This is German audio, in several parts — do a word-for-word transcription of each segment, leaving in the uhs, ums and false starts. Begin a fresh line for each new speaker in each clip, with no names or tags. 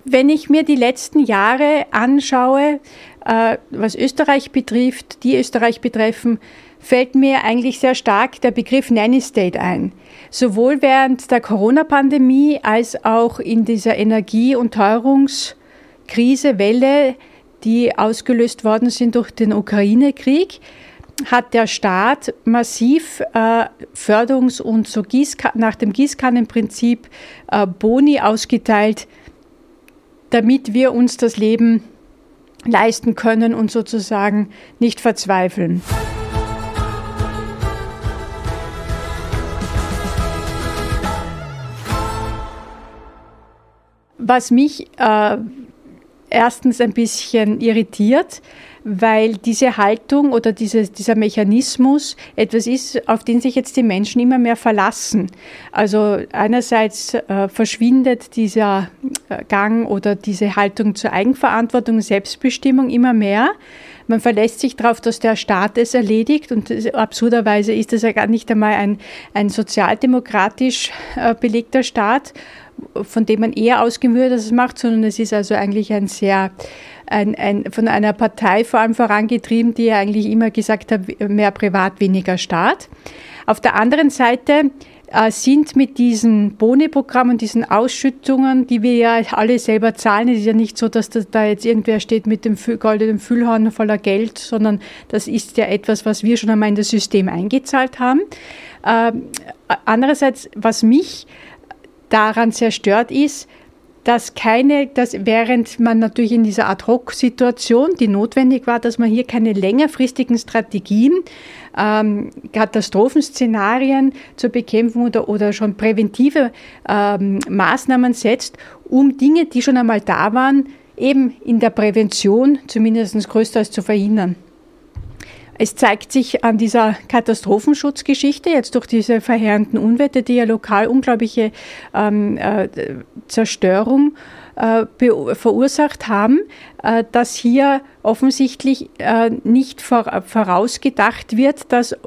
wenn ich mir die letzten Jahre anschaue, äh, was Österreich betrifft, die Österreich betreffen, fällt mir eigentlich sehr stark der Begriff Nanny State ein. Sowohl während der Corona-Pandemie als auch in dieser Energie- und Teuerungskrise, Welle, die ausgelöst worden sind durch den Ukraine-Krieg, hat der Staat massiv äh, Förderungs- und so Gießka- nach dem Gießkannenprinzip äh, Boni ausgeteilt, damit wir uns das Leben leisten können und sozusagen nicht verzweifeln. Was mich äh, erstens ein bisschen irritiert, weil diese Haltung oder diese, dieser Mechanismus etwas ist, auf den sich jetzt die Menschen immer mehr verlassen. Also einerseits äh, verschwindet dieser Gang oder diese Haltung zur Eigenverantwortung und Selbstbestimmung immer mehr. Man verlässt sich darauf, dass der Staat es erledigt, und absurderweise ist es ja gar nicht einmal ein, ein sozialdemokratisch äh, belegter Staat, von dem man eher ausgehen würde, dass es macht, sondern es ist also eigentlich ein sehr, ein, ein, von einer Partei vor allem vorangetrieben, die ja eigentlich immer gesagt hat, mehr Privat, weniger Staat. Auf der anderen Seite äh, sind mit diesem Boni-Programm und diesen Ausschüttungen, die wir ja alle selber zahlen, es ist ja nicht so, dass das da jetzt irgendwer steht mit dem goldenen Füllhorn voller Geld, sondern das ist ja etwas, was wir schon einmal in das System eingezahlt haben. Äh, andererseits, was mich daran sehr stört, ist, dass keine, dass während man natürlich in dieser Ad-Hoc-Situation, die notwendig war, dass man hier keine längerfristigen Strategien, ähm, Katastrophenszenarien zur Bekämpfung oder, oder schon präventive ähm, Maßnahmen setzt, um Dinge, die schon einmal da waren, eben in der Prävention zumindest größtenteils zu verhindern. Es zeigt sich an dieser Katastrophenschutzgeschichte, jetzt durch diese verheerenden Unwetter, die ja lokal unglaubliche ähm, äh, Zerstörung äh, be- verursacht haben, äh, dass hier offensichtlich äh, nicht vor- vorausgedacht wird, dass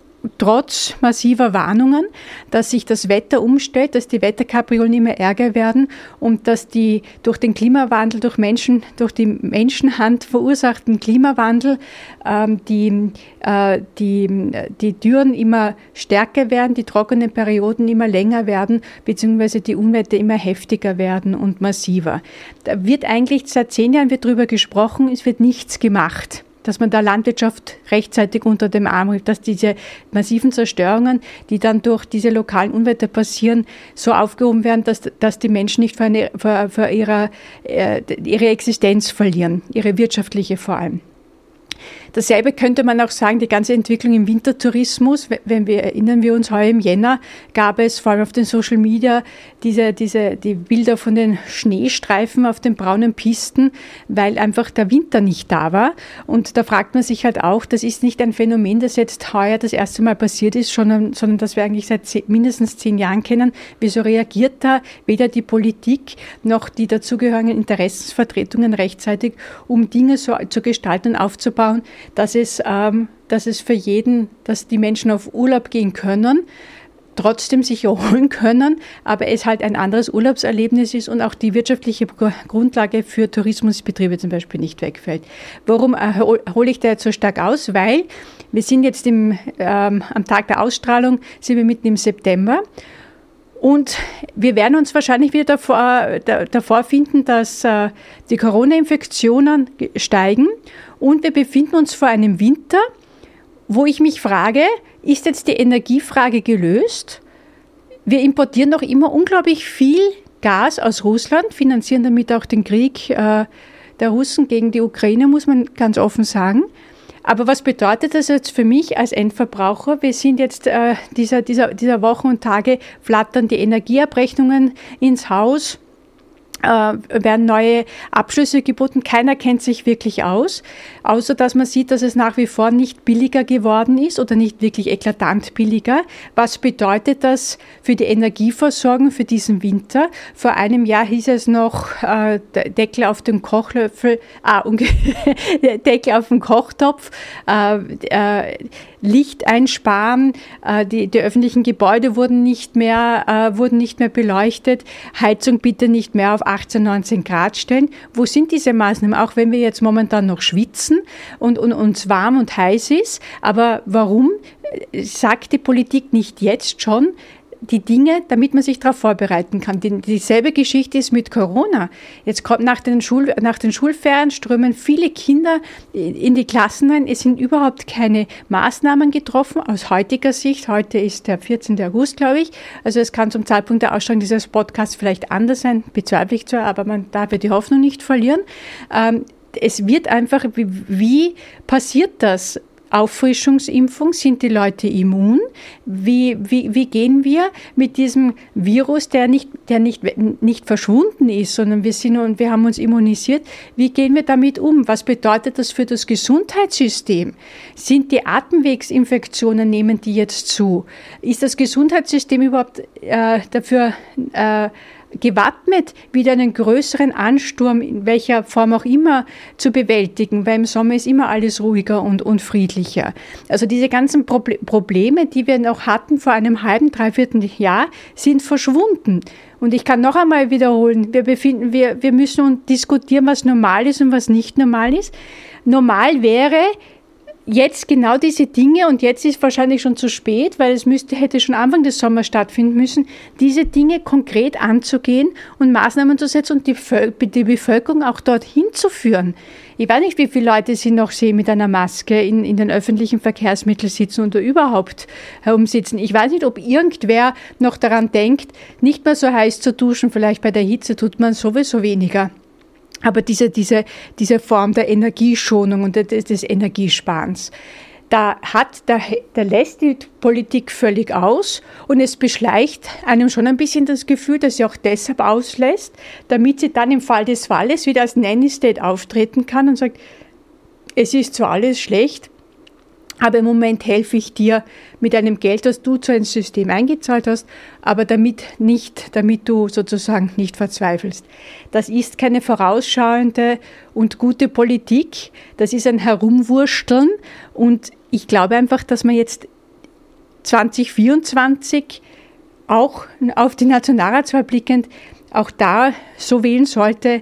trotz massiver Warnungen, dass sich das Wetter umstellt, dass die Wetterkapriolen immer ärger werden und dass die durch den Klimawandel, durch Menschen, durch die Menschenhand verursachten Klimawandel ähm, die, äh, die, die Dürren immer stärker werden, die trockenen Perioden immer länger werden, beziehungsweise die Unwetter immer heftiger werden und massiver. Da wird eigentlich seit zehn Jahren wird darüber gesprochen, es wird nichts gemacht, dass man der Landwirtschaft rechtzeitig unter dem Arm hilft, dass diese massiven Zerstörungen, die dann durch diese lokalen Unwetter passieren, so aufgehoben werden, dass, dass die Menschen nicht für, eine, für, für ihre, äh, ihre Existenz verlieren, ihre wirtschaftliche vor allem. Dasselbe könnte man auch sagen, die ganze Entwicklung im Wintertourismus. Wenn wir erinnern wir uns, heuer im Jänner gab es vor allem auf den Social Media diese, diese, die Bilder von den Schneestreifen auf den braunen Pisten, weil einfach der Winter nicht da war. Und da fragt man sich halt auch, das ist nicht ein Phänomen, das jetzt heuer das erste Mal passiert ist, sondern, sondern das wir eigentlich seit zehn, mindestens zehn Jahren kennen. Wieso reagiert da weder die Politik noch die dazugehörigen Interessensvertretungen rechtzeitig, um Dinge so zu gestalten und aufzubauen, dass es, ähm, dass es für jeden, dass die Menschen auf Urlaub gehen können, trotzdem sich erholen können, aber es halt ein anderes Urlaubserlebnis ist und auch die wirtschaftliche Grundlage für Tourismusbetriebe zum Beispiel nicht wegfällt. Warum hole ich da jetzt so stark aus? Weil wir sind jetzt im, ähm, am Tag der Ausstrahlung, sind wir mitten im September. Und wir werden uns wahrscheinlich wieder davor, da, davor finden, dass äh, die Corona-Infektionen steigen und wir befinden uns vor einem Winter, wo ich mich frage, ist jetzt die Energiefrage gelöst? Wir importieren noch immer unglaublich viel Gas aus Russland, finanzieren damit auch den Krieg äh, der Russen gegen die Ukraine, muss man ganz offen sagen. Aber was bedeutet das jetzt für mich als Endverbraucher? Wir sind jetzt äh, dieser, dieser, dieser Wochen und Tage flattern die Energieabrechnungen ins Haus, äh, werden neue Abschlüsse geboten. Keiner kennt sich wirklich aus, außer dass man sieht, dass es nach wie vor nicht billiger geworden ist oder nicht wirklich eklatant billiger. Was bedeutet das für die Energieversorgung für diesen Winter? Vor einem Jahr hieß es noch äh, Deckel auf dem Kochlöffel, ah, Deckel auf dem Kochtopf, äh, äh, Licht einsparen, äh, die, die öffentlichen Gebäude wurden nicht mehr, äh, wurden nicht mehr beleuchtet, Heizung bitte nicht mehr auf achtzehn, neunzehn Grad stellen. Wo sind diese Maßnahmen? Auch wenn wir jetzt momentan noch schwitzen und, und uns warm und heiß ist. Aber warum sagt die Politik nicht jetzt schon die Dinge, damit man sich darauf vorbereiten kann? Die, dieselbe Geschichte ist mit Corona. Jetzt kommt nach den, Schul, nach den Schulferien strömen viele Kinder in die Klassen rein. Es sind überhaupt keine Maßnahmen getroffen aus heutiger Sicht. Heute ist der vierzehnten August, glaube ich. Also es kann zum Zeitpunkt der Ausstrahlung dieses Podcasts vielleicht anders sein, bezweifle ich zwar, aber man darf ja die Hoffnung nicht verlieren. Ähm, es wird einfach, wie, wie passiert das? Auffrischungsimpfung, sind die Leute immun? Wie, wie, wie gehen wir mit diesem Virus, der nicht, der nicht, nicht verschwunden ist, sondern wir sind und wir haben uns immunisiert, wie gehen wir damit um? Was bedeutet das für das Gesundheitssystem? Sind die Atemwegsinfektionen, nehmen die jetzt zu? Ist das Gesundheitssystem überhaupt äh, dafür äh, gewappnet, wieder einen größeren Ansturm, in welcher Form auch immer, zu bewältigen, weil im Sommer ist immer alles ruhiger und, und friedlicher. Also diese ganzen Proble- Probleme, die wir noch hatten vor einem halben, dreiviertel Jahr, sind verschwunden. Und ich kann noch einmal wiederholen, wir befinden, wir, wir müssen diskutieren, was normal ist und was nicht normal ist. Normal wäre, jetzt genau diese Dinge, und jetzt ist wahrscheinlich schon zu spät, weil es müsste, hätte schon Anfang des Sommers stattfinden müssen, diese Dinge konkret anzugehen und Maßnahmen zu setzen und die, die Bevölkerung auch dorthin zu führen. Ich weiß nicht, wie viele Leute Sie noch sehen mit einer Maske in, in den öffentlichen Verkehrsmitteln sitzen oder überhaupt herumsitzen. Ich weiß nicht, ob irgendwer noch daran denkt, nicht mehr so heiß zu duschen, vielleicht bei der Hitze tut man sowieso weniger. Aber diese, diese, diese Form der Energieschonung und des, des Energiesparens, da, hat, da, da lässt die Politik völlig aus und es beschleicht einem schon ein bisschen das Gefühl, dass sie auch deshalb auslässt, damit sie dann im Fall des Falles wieder als Nanny State auftreten kann und sagt, es ist zwar alles schlecht, aber im Moment helfe ich dir mit einem Geld, das du zu einem System eingezahlt hast, aber damit nicht, damit du sozusagen nicht verzweifelst. Das ist keine vorausschauende und gute Politik. Das ist ein Herumwursteln. Und ich glaube einfach, dass man jetzt zwanzig vierundzwanzig auch auf die Nationalratswahl blickend auch da so wählen sollte,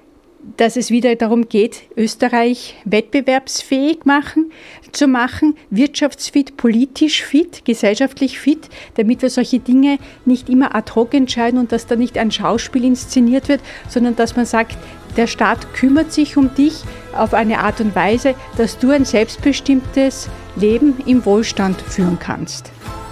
dass es wieder darum geht, Österreich wettbewerbsfähig machen, zu machen, wirtschaftsfit, politisch fit, gesellschaftlich fit, damit wir solche Dinge nicht immer ad hoc entscheiden und dass da nicht ein Schauspiel inszeniert wird, sondern dass man sagt, der Staat kümmert sich um dich auf eine Art und Weise, dass du ein selbstbestimmtes Leben im Wohlstand führen kannst.